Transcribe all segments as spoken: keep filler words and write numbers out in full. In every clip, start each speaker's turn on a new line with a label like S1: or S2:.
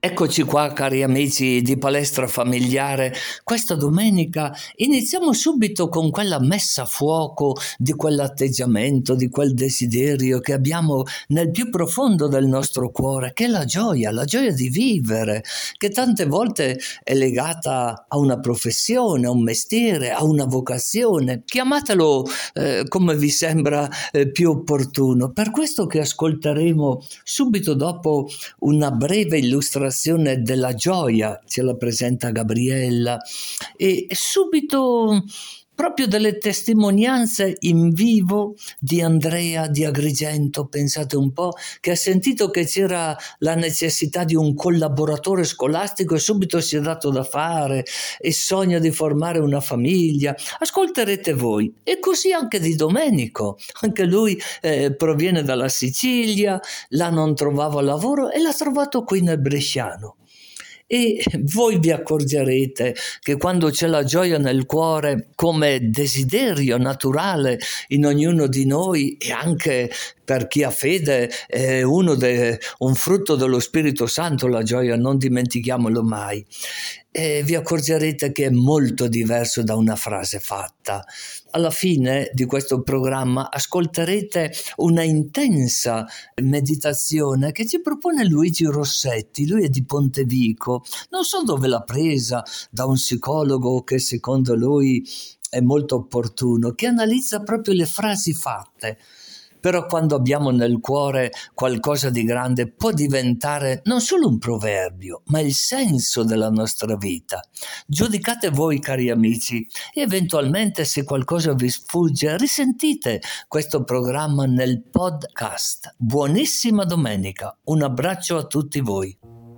S1: Eccoci qua, cari amici di Palestra Familiare. Questa domenica iniziamo subito con quella messa a fuoco di quell'atteggiamento, di quel desiderio che abbiamo nel più profondo del nostro cuore, che è la gioia, la gioia di vivere, che tante volte è legata a una professione, a un mestiere, a una vocazione. Chiamatelo eh, come vi sembra eh, più opportuno. Per questo che ascolteremo subito dopo una breve illustrazione della gioia, ce la presenta Gabriella, e subito proprio delle testimonianze in vivo di Andrea di Agrigento. Pensate un po', che ha sentito che c'era la necessità di un collaboratore scolastico e subito si è dato da fare e sogna di formare una famiglia. Ascolterete voi. E così anche di Domenico, anche lui eh, proviene dalla Sicilia, là non trovava lavoro e l'ha trovato qui nel Bresciano. E voi vi accorgerete che quando c'è la gioia nel cuore come desiderio naturale in ognuno di noi, e anche per chi ha fede è uno de, un frutto dello Spirito Santo, la gioia, non dimentichiamolo mai, e vi accorgerete che è molto diverso da una frase fatta. Alla fine di questo programma ascolterete una intensa meditazione che ci propone Luigi Rossetti. Lui è di Pontevico, non so dove l'ha presa, da un psicologo che secondo lui è molto opportuno, che analizza proprio le frasi fatte. Però quando abbiamo nel cuore qualcosa di grande può diventare non solo un proverbio, ma il senso della nostra vita. Giudicate voi, cari amici, e eventualmente se qualcosa vi sfugge risentite questo programma nel podcast. Buonissima domenica, un abbraccio a tutti voi.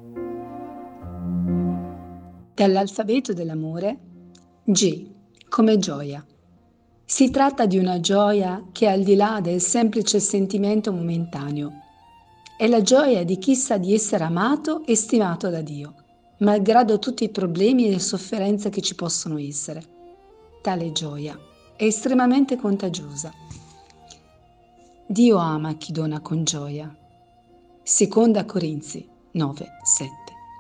S2: Dall'alfabeto dell'amore, G come gioia. Si tratta di una gioia che è al di là del semplice sentimento momentaneo. È la gioia di chi sa di essere amato e stimato da Dio, malgrado tutti i problemi e le sofferenze che ci possono essere. Tale gioia è estremamente contagiosa. Dio ama chi dona con gioia. Seconda Corinzi nove sette.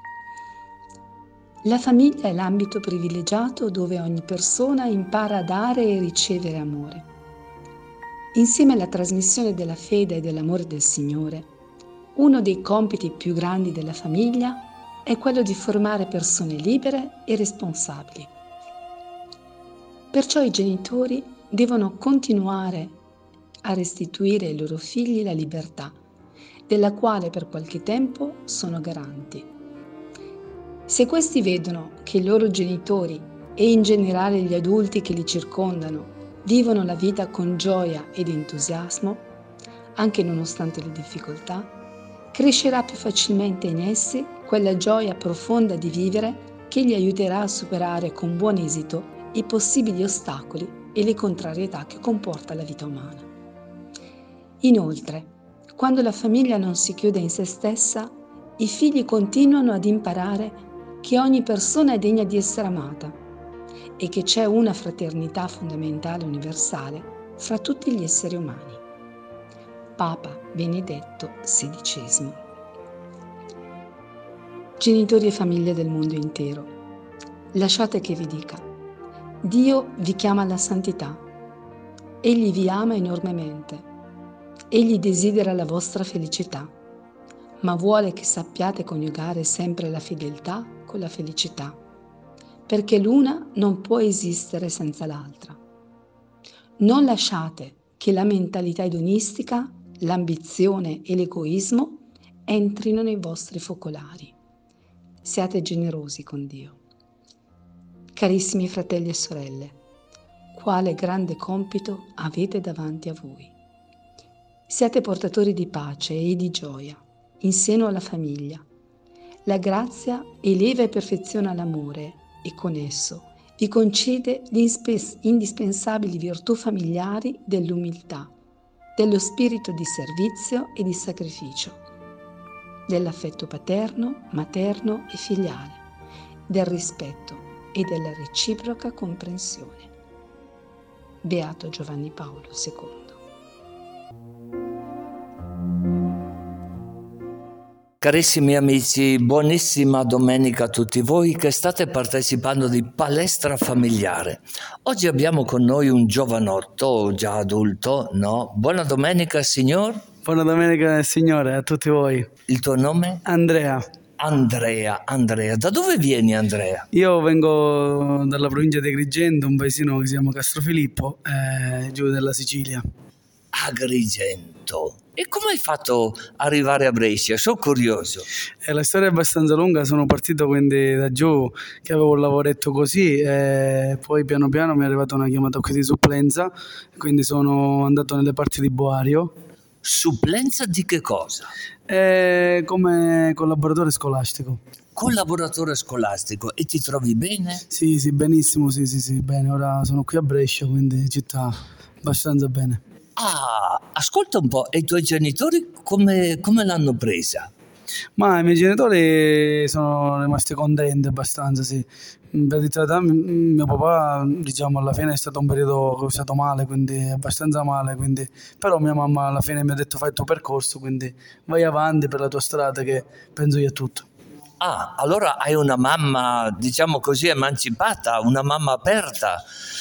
S2: La famiglia è l'ambito privilegiato dove ogni persona impara a dare e ricevere amore. Insieme alla trasmissione della fede e dell'amore del Signore, uno dei compiti più grandi della famiglia è quello di formare persone libere e responsabili. Perciò i genitori devono continuare a restituire ai loro figli la libertà, della quale per qualche tempo sono garanti. Se questi vedono che i loro genitori e in generale gli adulti che li circondano vivono la vita con gioia ed entusiasmo, anche nonostante le difficoltà, crescerà più facilmente in essi quella gioia profonda di vivere che li aiuterà a superare con buon esito i possibili ostacoli e le contrarietà che comporta la vita umana. Inoltre, quando la famiglia non si chiude in se stessa, i figli continuano ad imparare che ogni persona è degna di essere amata e che c'è una fraternità fondamentale universale fra tutti gli esseri umani. Papa Benedetto sedicesimo. Genitori e famiglie del mondo intero, lasciate che vi dica, Dio vi chiama alla santità. Egli vi ama enormemente. Egli desidera la vostra felicità, ma vuole che sappiate coniugare sempre la fedeltà con la felicità, perché l'una non può esistere senza l'altra. Non lasciate che la mentalità edonistica, l'ambizione e l'egoismo entrino nei vostri focolari. Siate generosi con Dio. Carissimi fratelli e sorelle, quale grande compito avete davanti a voi. Siate portatori di pace e di gioia in seno alla famiglia. La grazia eleva e perfeziona l'amore e con esso vi concede le indispensabili virtù familiari dell'umiltà, dello spirito di servizio e di sacrificio, dell'affetto paterno, materno e filiale, del rispetto e della reciproca comprensione. Beato Giovanni Paolo secondo.
S1: Carissimi amici, buonissima domenica a tutti voi che state partecipando di Palestra Familiare. Oggi abbiamo con noi un giovanotto, già adulto, no? Buona domenica, signor.
S3: Buona domenica, signore, a tutti voi.
S1: Il tuo nome?
S3: Andrea.
S1: Andrea, Andrea. Da dove vieni, Andrea?
S3: Io vengo dalla provincia di Agrigento, un paesino che si chiama Castrofilippo, eh, giù della Sicilia.
S1: Agrigento. E come hai fatto ad arrivare a Brescia? Sono curioso.
S3: Eh, la storia è abbastanza lunga, sono partito quindi da giù, che avevo un lavoretto così, e poi piano piano mi è arrivata una chiamata qui di supplenza, quindi sono andato nelle parti di Boario.
S1: Supplenza di che cosa?
S3: Eh, come collaboratore scolastico.
S1: Collaboratore scolastico. E ti trovi bene?
S3: Sì, sì, benissimo, sì, sì, sì, bene. Ora sono qui a Brescia, quindi città abbastanza bene.
S1: Ah, ascolta un po', e i tuoi genitori come, come l'hanno presa?
S3: Ma i miei genitori sono rimasti contenti abbastanza, sì. Per di verità, m- mio papà, diciamo, alla fine è stato un periodo che è stato male, quindi abbastanza male, quindi... però mia mamma alla fine mi ha detto fai il tuo percorso, quindi vai avanti per la tua strada che penso io a tutto.
S1: Ah, allora hai una mamma, diciamo così, emancipata, una mamma aperta.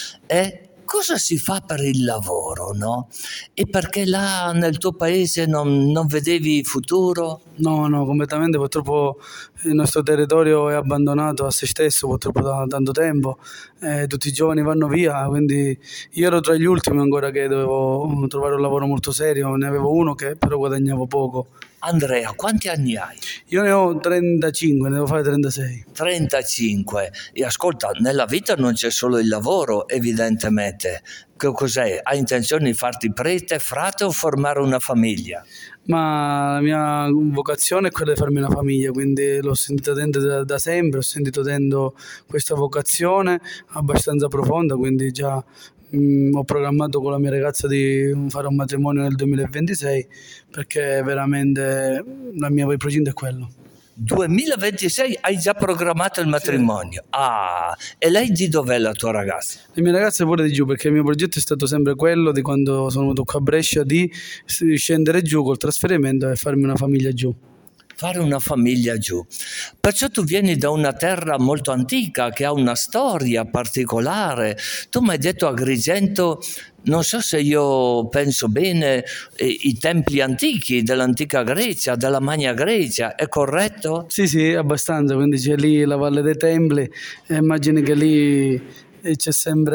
S1: E cosa si fa per il lavoro, no? E perché là nel tuo paese non, non vedevi futuro?
S3: No, no, completamente, purtroppo il nostro territorio è abbandonato a se stesso, purtroppo da tanto tempo, eh, tutti i giovani vanno via, quindi io ero tra gli ultimi ancora che dovevo trovare un lavoro molto serio, ne avevo uno che però guadagnavo poco.
S1: Andrea, quanti anni hai?
S3: Io ne ho trentacinque, ne devo fare trentasei.
S1: trentacinque. E ascolta, nella vita non c'è solo il lavoro, evidentemente. Che cos'è? Hai intenzione di farti prete, frate o formare una famiglia?
S3: Ma la mia vocazione è quella di farmi una famiglia, quindi l'ho sentita dentro da, da sempre, ho sentito dentro questa vocazione abbastanza profonda, quindi già mh, ho programmato con la mia ragazza di fare un matrimonio nel duemilaventisei, perché veramente la mia il progetto è quello.
S1: duemilaventisei hai già programmato il matrimonio. Sì. Ah, e lei di dov'è la tua ragazza?
S3: La mia ragazza è pure di giù, perché il mio progetto è stato sempre quello di quando sono venuto qua a Brescia, di scendere giù col trasferimento e farmi una famiglia giù.
S1: Fare una famiglia giù. Perciò tu vieni da una terra molto antica che ha una storia particolare. Tu mi hai detto Agrigento, non so se io penso bene, eh, i templi antichi dell'antica Grecia, della Magna Grecia, è corretto?
S3: Sì, sì, abbastanza, quindi c'è lì la Valle dei Templi, e immagini che lì c'è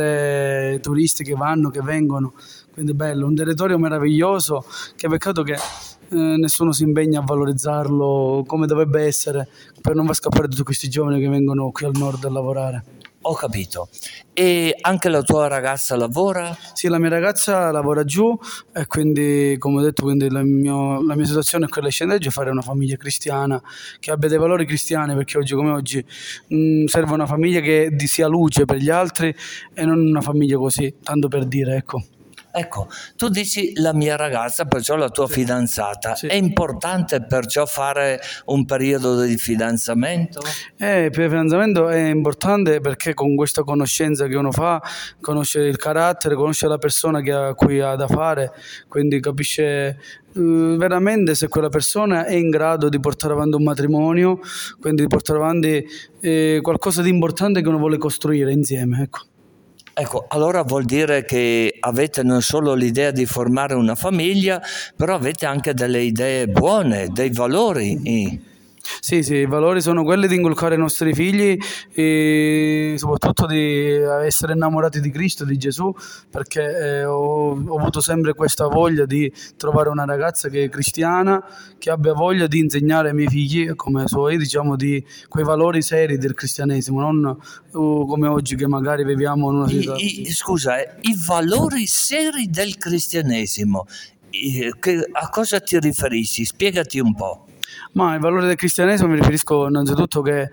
S3: sempre turisti che vanno, che vengono, quindi è bello, un territorio meraviglioso, che peccato che eh, nessuno si impegna a valorizzarlo come dovrebbe essere, per non far scappare tutti questi giovani che vengono qui al nord a lavorare.
S1: Ho capito. E anche la tua ragazza lavora?
S3: Sì, la mia ragazza lavora giù e quindi, come ho detto, quindi la, mio, la mia situazione è quella di scendere giù e fare una famiglia cristiana che abbia dei valori cristiani, perché oggi come oggi mh, serve una famiglia che sia luce per gli altri e non una famiglia così, tanto per dire, ecco.
S1: Ecco, tu dici la mia ragazza, perciò la tua sì. fidanzata. Sì. È importante perciò fare un periodo di fidanzamento?
S3: Eh, il fidanzamento è importante perché con questa conoscenza che uno fa, conosce il carattere, conosce la persona che a cui ha da fare, quindi capisce eh, veramente se quella persona è in grado di portare avanti un matrimonio, quindi di portare avanti eh, qualcosa di importante che uno vuole costruire insieme, ecco.
S1: Ecco, allora vuol dire che avete non solo l'idea di formare una famiglia, però avete anche delle idee buone, dei valori.
S3: Sì, sì, i valori sono quelli di inculcare ai nostri figli e soprattutto di essere innamorati di Cristo, di Gesù, perché eh, ho, ho avuto sempre questa voglia di trovare una ragazza che è cristiana, che abbia voglia di insegnare ai miei figli, come suoi, diciamo, di quei valori seri del cristianesimo, non uh, come oggi che magari viviamo in una situazione.
S1: I, i, scusa, eh, i valori seri del cristianesimo, eh, che, a cosa ti riferisci? Spiegati un po'.
S3: Ma il valore del cristianesimo mi riferisco innanzitutto che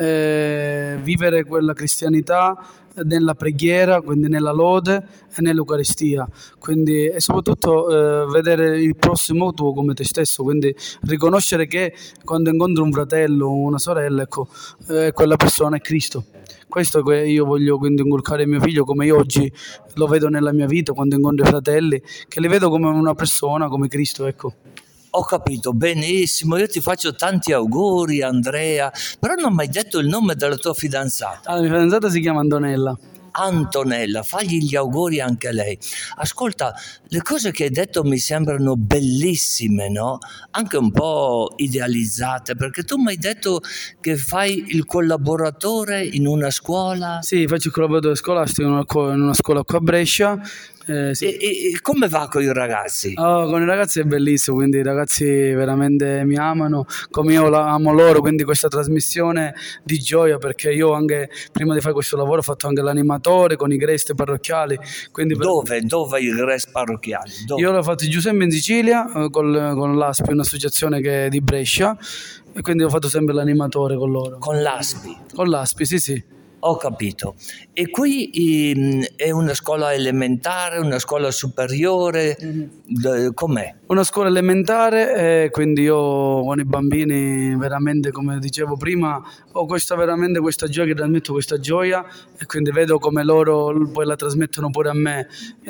S3: eh, vivere quella cristianità nella preghiera, quindi nella lode e nell'Eucaristia, quindi, e soprattutto eh, vedere il prossimo tuo come te stesso, quindi riconoscere che quando incontri un fratello o una sorella, ecco, eh, quella persona è Cristo. Questo che io voglio quindi inculcare a mio figlio, come io oggi lo vedo nella mia vita quando incontro i fratelli, che li vedo come una persona, come Cristo, ecco.
S1: Ho capito, benissimo, io ti faccio tanti auguri Andrea, però non mi hai detto il nome della tua fidanzata.
S3: La mia fidanzata si chiama Antonella.
S1: Antonella, fagli gli auguri anche a lei. Ascolta, le cose che hai detto mi sembrano bellissime, no? Anche un po' idealizzate, perché tu mi hai detto che fai il collaboratore in una scuola.
S3: Sì, faccio il collaboratore scolastico in una, co- in una scuola qua a Brescia. Eh, sì.
S1: E, e- e come va con i ragazzi?
S3: Oh, con i ragazzi è bellissimo, quindi i ragazzi veramente mi amano come io la amo loro, quindi questa trasmissione di gioia, perché io anche prima di fare questo lavoro ho fatto anche l'animatore con i Grest parrocchiali. Quindi per-
S1: Dove? Dove i res parrocchiali? Dove?
S3: Io l'ho fatto in Giuseppe in Sicilia eh, col- con l'A S P I, un'associazione che è di Brescia, e quindi ho fatto sempre l'animatore con loro.
S1: Con l'A S P I.
S3: Con l'A S P I, sì sì.
S1: Ho capito. E qui ehm, è una scuola elementare, una scuola superiore? D- com'è?
S3: Una scuola elementare e quindi io con i bambini veramente, come dicevo prima, ho questa veramente questa gioia, che trasmetto questa gioia e quindi vedo come loro poi la trasmettono pure a me.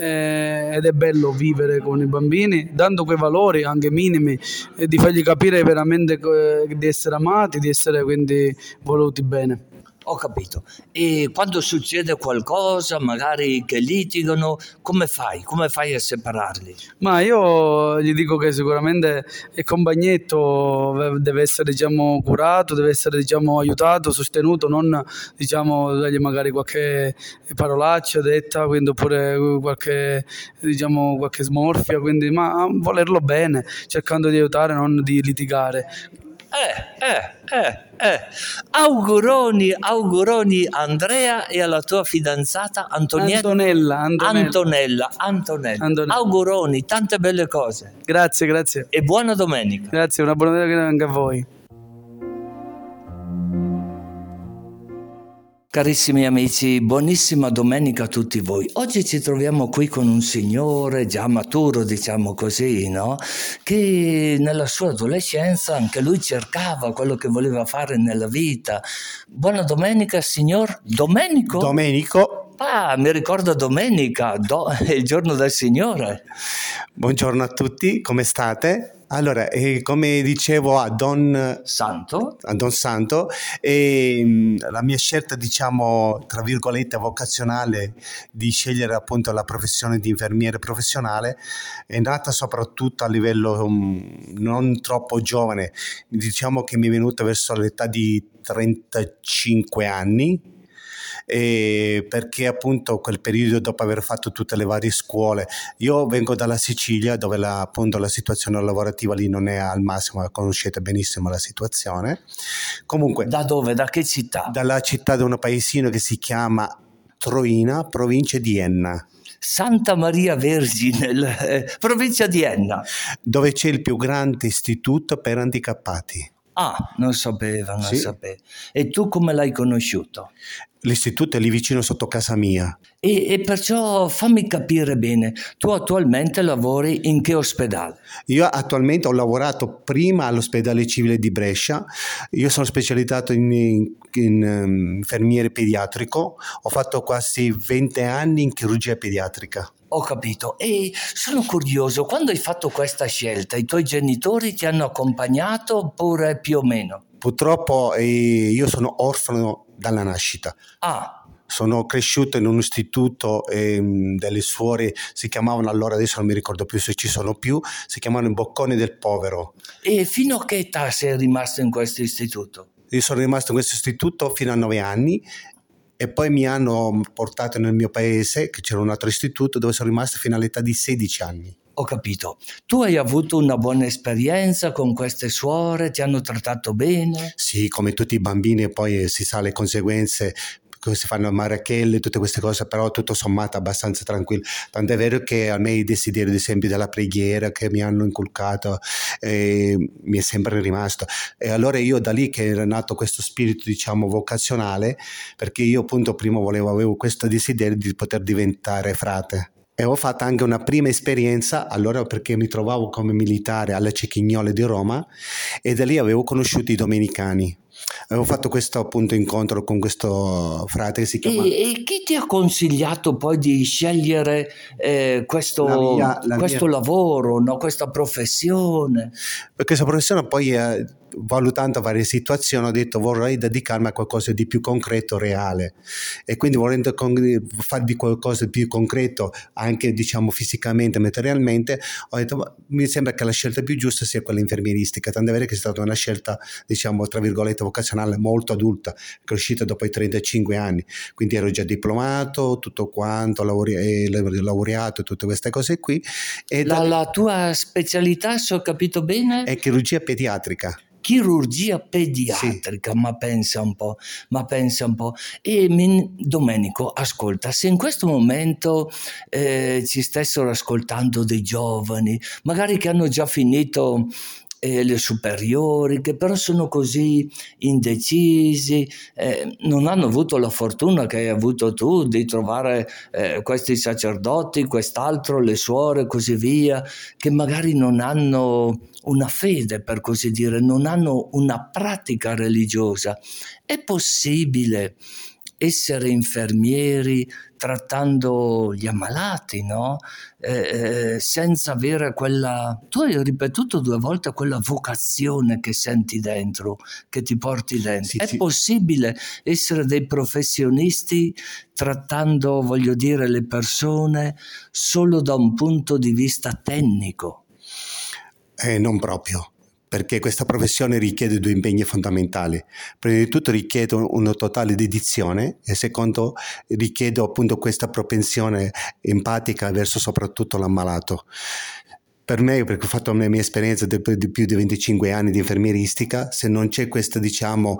S3: Eh, ed è bello vivere con i bambini, dando quei valori anche minimi e di fargli capire veramente eh, di essere amati, di essere quindi voluti bene.
S1: Ho capito. E quando succede qualcosa, magari che litigano, come fai? Come fai a separarli?
S3: Ma io gli dico che sicuramente il compagnetto deve essere, diciamo, curato, deve essere, diciamo, aiutato, sostenuto, non, diciamo, dargli magari qualche parolaccia detta, quindi oppure qualche, diciamo, qualche smorfia, quindi, ma volerlo bene, cercando di aiutare, non di litigare.
S1: Eh, eh, eh, eh. Auguroni, auguroni Andrea e alla tua fidanzata Antonietta.
S3: Antonella, Antonella.
S1: Antonella, Antonella.
S3: Antonella.
S1: Auguroni, tante belle cose.
S3: Grazie, grazie.
S1: E buona domenica.
S3: Grazie, una buona domenica anche a voi.
S1: Carissimi amici, buonissima domenica a tutti voi. Oggi ci troviamo qui con un signore già maturo, diciamo così, no? Che nella sua adolescenza anche lui cercava quello che voleva fare nella vita. Buona domenica, signor Domenico?
S4: Domenico.
S1: Ah, mi ricorda domenica, do- è il giorno del Signore.
S4: Buongiorno a tutti, come state? Allora, eh, come dicevo a Don
S1: Santo?
S4: a Don Santo, eh, la mia scelta, diciamo, tra virgolette, vocazionale di scegliere appunto la professione di infermiere professionale è nata soprattutto a livello um, non troppo giovane, diciamo che mi è venuta verso l'età di trentacinque anni. E perché appunto quel periodo, dopo aver fatto tutte le varie scuole, io vengo dalla Sicilia dove la, appunto la situazione lavorativa lì non è al massimo, conoscete benissimo la situazione. Comunque,
S1: Da dove? Da che città?
S4: Dalla città di un paesino che si chiama Troina, provincia di Enna.
S1: Santa Maria Vergine, eh, provincia di Enna.
S4: Dove c'è il più grande istituto per handicappati.
S1: Ah, non sapeva, non
S4: Sì.
S1: sapeva. E tu come l'hai conosciuto?
S4: L'istituto è lì vicino sotto casa mia.
S1: E, e perciò fammi capire bene, tu attualmente lavori in che ospedale?
S4: Io attualmente ho lavorato prima all'ospedale civile di Brescia, io sono specializzato in, in, in um, infermiere pediatrico, ho fatto quasi venti anni in chirurgia pediatrica.
S1: Ho capito. E sono curioso, quando hai fatto questa scelta, i tuoi genitori ti hanno accompagnato oppure più o meno?
S4: Purtroppo eh, io sono orfano dalla nascita.
S1: Ah,
S4: Sono cresciuto in un istituto ehm, delle suore, si chiamavano allora, adesso non mi ricordo più se ci sono più, si chiamavano i Bocconi del Povero.
S1: e fino a che età sei rimasto in questo istituto?
S4: Io sono rimasto in questo istituto fino a nove anni e poi mi hanno portato nel mio paese, che c'era un altro istituto, dove sono rimasto fino all'età di sedici anni.
S1: Ho capito. Tu hai avuto una buona esperienza con queste suore? Ti hanno trattato bene?
S4: Sì, come tutti i bambini, poi si sa le conseguenze, si fanno marachelle, tutte queste cose, però tutto sommato abbastanza tranquillo. Tant'è vero che a me i desideri, ad esempio, della preghiera che mi hanno inculcato eh, mi è sempre rimasto. E allora io da lì che era nato questo spirito, diciamo, vocazionale, perché io appunto prima volevo, avevo questo desiderio di poter diventare frate. E ho fatto anche una prima esperienza, allora perché mi trovavo come militare alle Cecchignole di Roma e da lì avevo conosciuto i domenicani. Avevo fatto questo appunto incontro con questo frate che si chiama...
S1: E, e chi ti ha consigliato poi di scegliere eh, questo,
S4: La mia, la
S1: questo
S4: mia...
S1: lavoro, no? Questa professione?
S4: Per questa professione poi, eh, valutando varie situazioni, ho detto vorrei dedicarmi a qualcosa di più concreto, reale, e quindi volendo con- farvi qualcosa di più concreto anche diciamo fisicamente, materialmente, ho detto ma mi sembra che la scelta più giusta sia quella infermieristica, tanto è vero che è stata una scelta diciamo tra virgolette vocazionale molto adulta, che è uscita dopo i trentacinque anni, quindi ero già diplomato, tutto quanto, lavori- e laureato, tutte queste cose qui, e da
S1: La,
S4: lì-
S1: la tua specialità, se ho capito bene?
S4: è chirurgia pediatrica.
S1: Chirurgia
S4: Sì.
S1: pediatrica, ma pensa un po', ma pensa un po'. E mi- Domenico, ascolta, se in questo momento eh, ci stessero ascoltando dei giovani, magari che hanno già finito eh, le superiori, che però sono così indecisi, eh, non hanno avuto la fortuna che hai avuto tu di trovare eh, questi sacerdoti, quest'altro, le suore e così via, che magari non hanno una fede, per così dire, non hanno una pratica religiosa. È possibile essere infermieri trattando gli ammalati, no? Eh, eh, senza avere quella... Tu hai ripetuto due volte quella vocazione che senti dentro, che ti porti dentro.
S4: Sì,
S1: È
S4: sì.
S1: possibile essere dei professionisti trattando, voglio dire, le persone solo da un punto di vista tecnico?
S4: Eh, non proprio, perché questa professione richiede due impegni fondamentali. Prima di tutto richiede un- una totale dedizione e secondo richiede appunto questa propensione empatica verso soprattutto l'ammalato. Per me, perché ho fatto la mia esperienza di, di più di venticinque anni di infermieristica, se non c'è questo diciamo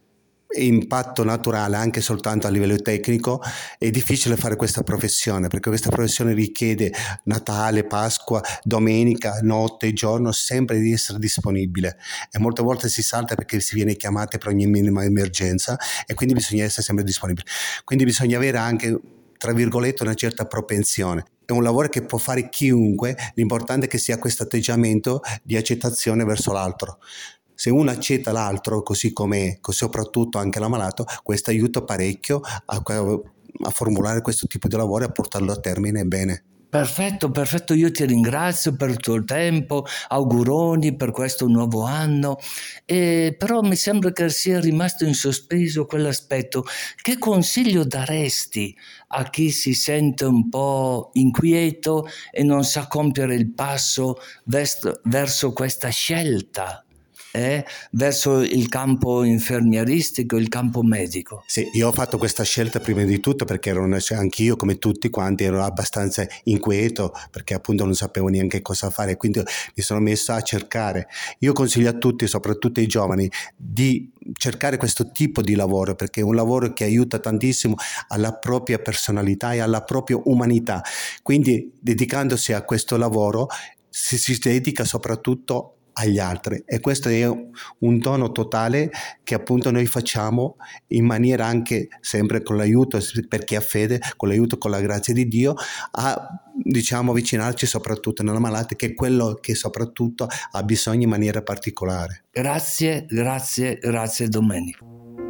S4: impatto naturale anche soltanto a livello tecnico è difficile fare questa professione, perché questa professione richiede Natale, Pasqua, domenica, notte, giorno sempre di essere disponibile, e molte volte si salta perché si viene chiamati per ogni minima emergenza e quindi bisogna essere sempre disponibili, quindi bisogna avere anche tra virgolette una certa propensione. È un lavoro che può fare chiunque, l'importante è che sia questo atteggiamento di accettazione verso l'altro. Se uno accetta l'altro così com'è, soprattutto anche l'ammalato, questo aiuta parecchio a, a formulare questo tipo di lavoro e a portarlo a termine bene.
S1: Perfetto, perfetto, io ti ringrazio per il tuo tempo, auguroni per questo nuovo anno, e però mi sembra che sia rimasto in sospeso quell'aspetto. Che consiglio daresti a chi si sente un po' inquieto e non sa compiere il passo verso, verso questa scelta? Eh, verso il campo infermieristico, il campo medico?
S4: Sì, io ho fatto questa scelta prima di tutto perché ero una, cioè, anch'io come tutti quanti ero abbastanza inquieto perché appunto non sapevo neanche cosa fare, quindi mi sono messo a cercare. Io consiglio a tutti, soprattutto ai giovani, di cercare questo tipo di lavoro perché è un lavoro che aiuta tantissimo alla propria personalità e alla propria umanità, quindi dedicandosi a questo lavoro si, si dedica soprattutto agli altri, e questo è un dono totale che appunto noi facciamo in maniera anche sempre con l'aiuto, per chi ha fede, con l'aiuto, con la grazia di Dio, a diciamo avvicinarci soprattutto nella malata, che è quello che soprattutto ha bisogno in maniera particolare.
S1: Grazie, grazie, grazie Domenico.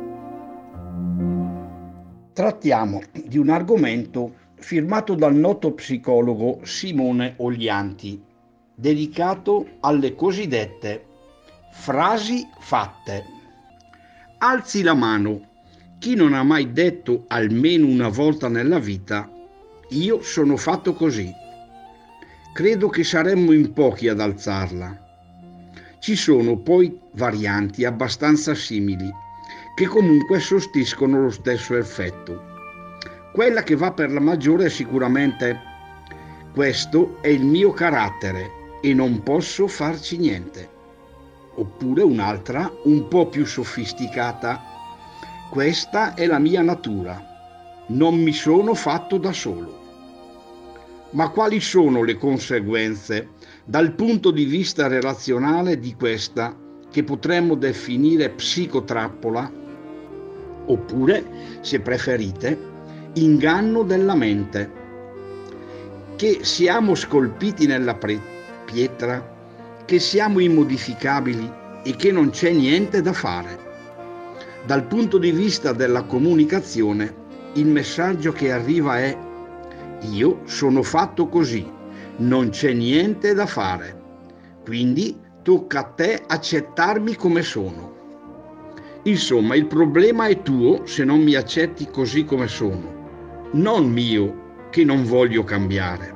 S5: Trattiamo di un argomento firmato dal noto psicologo Simone Oglianti, dedicato alle cosiddette frasi fatte. Alzi la mano chi non ha mai detto almeno una volta nella vita io sono fatto così. Credo che saremmo in pochi ad alzarla. Ci sono poi varianti abbastanza simili che comunque sostituiscono lo stesso effetto. Quella che va per la maggiore è sicuramente: questo è il mio carattere e non posso farci niente. Oppure un'altra, un po' più sofisticata: questa è la mia natura, non mi sono fatto da solo. Ma quali sono le conseguenze dal punto di vista relazionale di questa che potremmo definire psicotrappola? Oppure, se preferite, inganno della mente? Che siamo scolpiti nella pre- pietra, che siamo immodificabili e che non c'è niente da fare. Dal punto di vista della comunicazione, il messaggio che arriva è: io sono fatto così, non c'è niente da fare, quindi tocca a te accettarmi come sono. Insomma, il problema è tuo se non mi accetti così come sono, non mio che non voglio cambiare.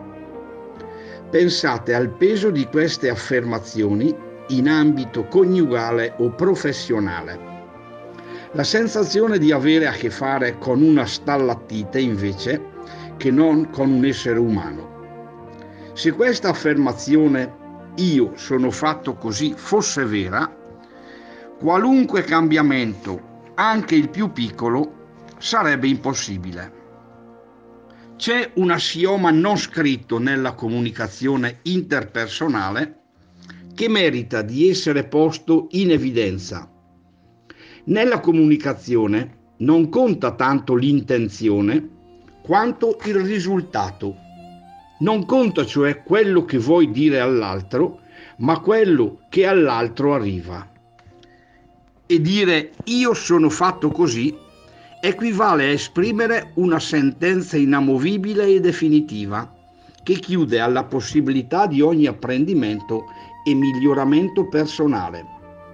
S5: Pensate al peso di queste affermazioni in ambito coniugale o professionale. La sensazione di avere a che fare con una stallattite invece che non con un essere umano. Se questa affermazione io sono fatto così fosse vera, qualunque cambiamento, anche il più piccolo, sarebbe impossibile. C'è un assioma non scritto nella comunicazione interpersonale che merita di essere posto in evidenza. Nella comunicazione non conta tanto l'intenzione quanto il risultato. Non conta cioè quello che vuoi dire all'altro, ma quello che all'altro arriva. E dire io sono fatto così equivale a esprimere una sentenza inamovibile e definitiva che chiude alla possibilità di ogni apprendimento e miglioramento personale.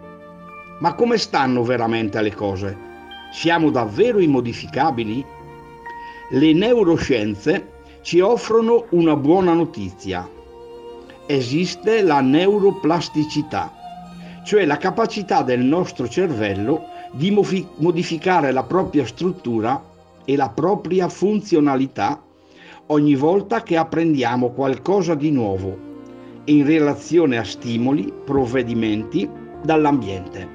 S5: Ma come stanno veramente le cose? Siamo davvero immodificabili? Le neuroscienze ci offrono una buona notizia. Esiste la neuroplasticità, cioè la capacità del nostro cervello di modificare la propria struttura e la propria funzionalità ogni volta che apprendiamo qualcosa di nuovo in relazione a stimoli, provvedimenti dall'ambiente.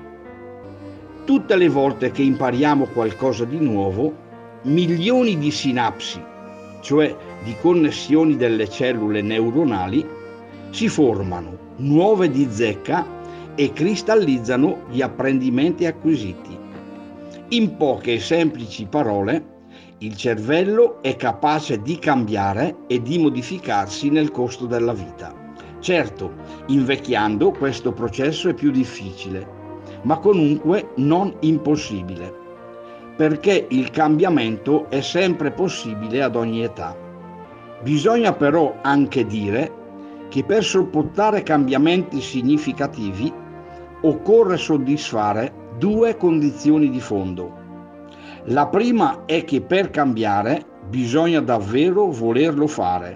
S5: Tutte le volte che impariamo qualcosa di nuovo, milioni di sinapsi, cioè di connessioni delle cellule neuronali, si formano, nuove di zecca, e cristallizzano gli apprendimenti acquisiti. In poche e semplici parole, il cervello è capace di cambiare e di modificarsi nel corso della vita. Certo, invecchiando questo processo è più difficile, ma comunque non impossibile, perché il cambiamento è sempre possibile ad ogni età. Bisogna però anche dire che per sopportare cambiamenti significativi occorre soddisfare due condizioni di fondo. La prima è che per cambiare bisogna davvero volerlo fare,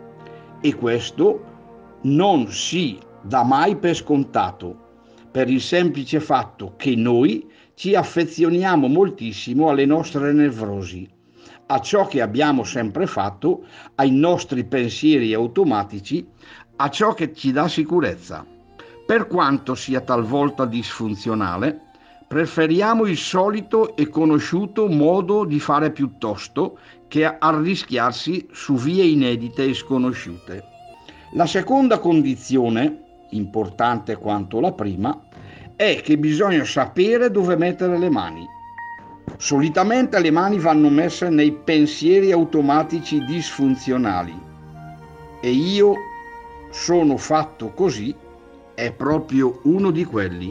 S5: e questo non si dà mai per scontato, per il semplice fatto che noi ci affezioniamo moltissimo alle nostre nevrosi, a ciò che abbiamo sempre fatto, ai nostri pensieri automatici, a ciò che ci dà sicurezza. Per quanto sia talvolta disfunzionale, preferiamo il solito e conosciuto modo di fare piuttosto che arrischiarsi su vie inedite e sconosciute. La seconda condizione, importante quanto la prima, è che bisogna sapere dove mettere le mani. Solitamente le mani vanno messe nei pensieri automatici disfunzionali, e io sono fatto così è proprio uno di quelli.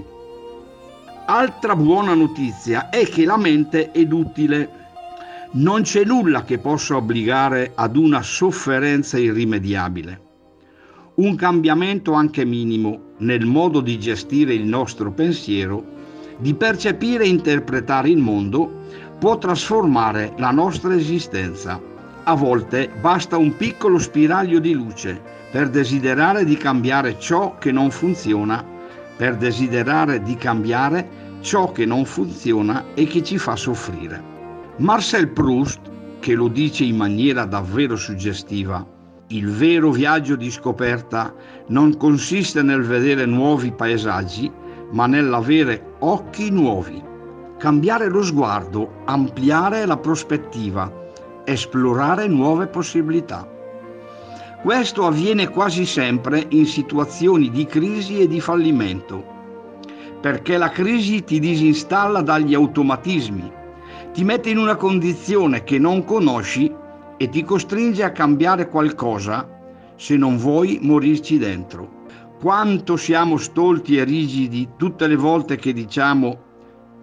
S5: Altra buona notizia è che la mente è duttile. Non c'è nulla che possa obbligare ad una sofferenza irrimediabile. Un cambiamento anche minimo nel modo di gestire il nostro pensiero, di percepire e interpretare il mondo, può trasformare la nostra esistenza. A volte basta un piccolo spiraglio di luce per desiderare di cambiare ciò che non funziona, per desiderare di cambiare ciò che non funziona e che ci fa soffrire. Marcel Proust, che lo dice in maniera davvero suggestiva, il vero viaggio di scoperta non consiste nel vedere nuovi paesaggi, ma nell'avere occhi nuovi. Cambiare lo sguardo, ampliare la prospettiva, esplorare nuove possibilità. Questo avviene quasi sempre in situazioni di crisi e di fallimento, perché la crisi ti disinstalla dagli automatismi, ti mette in una condizione che non conosci e ti costringe a cambiare qualcosa se non vuoi morirci dentro. Quanto siamo stolti e rigidi tutte le volte che diciamo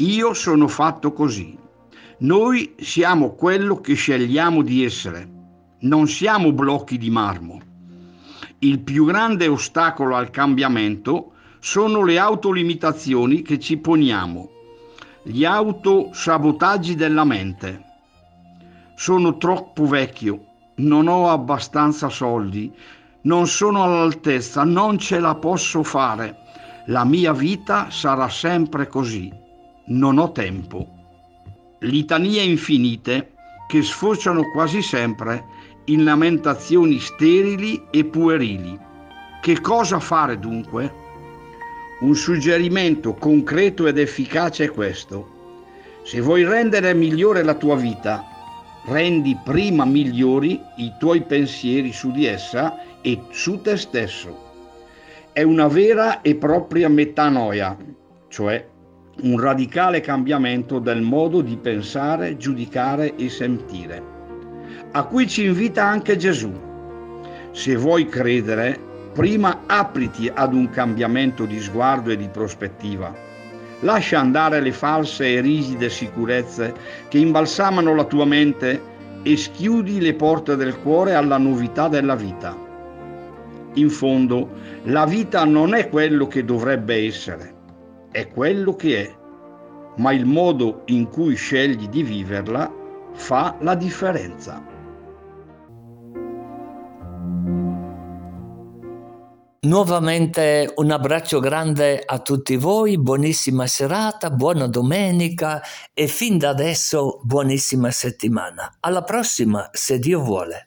S5: Io sono fatto così. Noi siamo quello che scegliamo di essere. Non siamo blocchi di marmo. Il più grande ostacolo al cambiamento sono le autolimitazioni che ci poniamo, gli autosabotaggi della mente. Sono troppo vecchio, non ho abbastanza soldi, non sono all'altezza, non ce la posso fare. La mia vita sarà sempre così. Non ho tempo. Litanie infinite che sfociano quasi sempre in lamentazioni sterili e puerili. Che cosa fare dunque? Un suggerimento concreto ed efficace è questo. Se vuoi rendere migliore la tua vita, rendi prima migliori i tuoi pensieri su di essa e su te stesso. È una vera e propria metanoia, cioè un radicale cambiamento del modo di pensare, giudicare e sentire, a cui ci invita anche Gesù. Se vuoi credere, prima apriti ad un cambiamento di sguardo e di prospettiva. Lascia andare le false e riside sicurezze che imbalsamano la tua mente e schiudi le porte del cuore alla novità della vita. In fondo, la vita non è quello che dovrebbe essere, è quello che è, ma il modo in cui scegli di viverla fa la differenza.
S1: Nuovamente un abbraccio grande a tutti voi, buonissima serata, buona domenica e fin da adesso buonissima settimana. Alla prossima, se Dio vuole.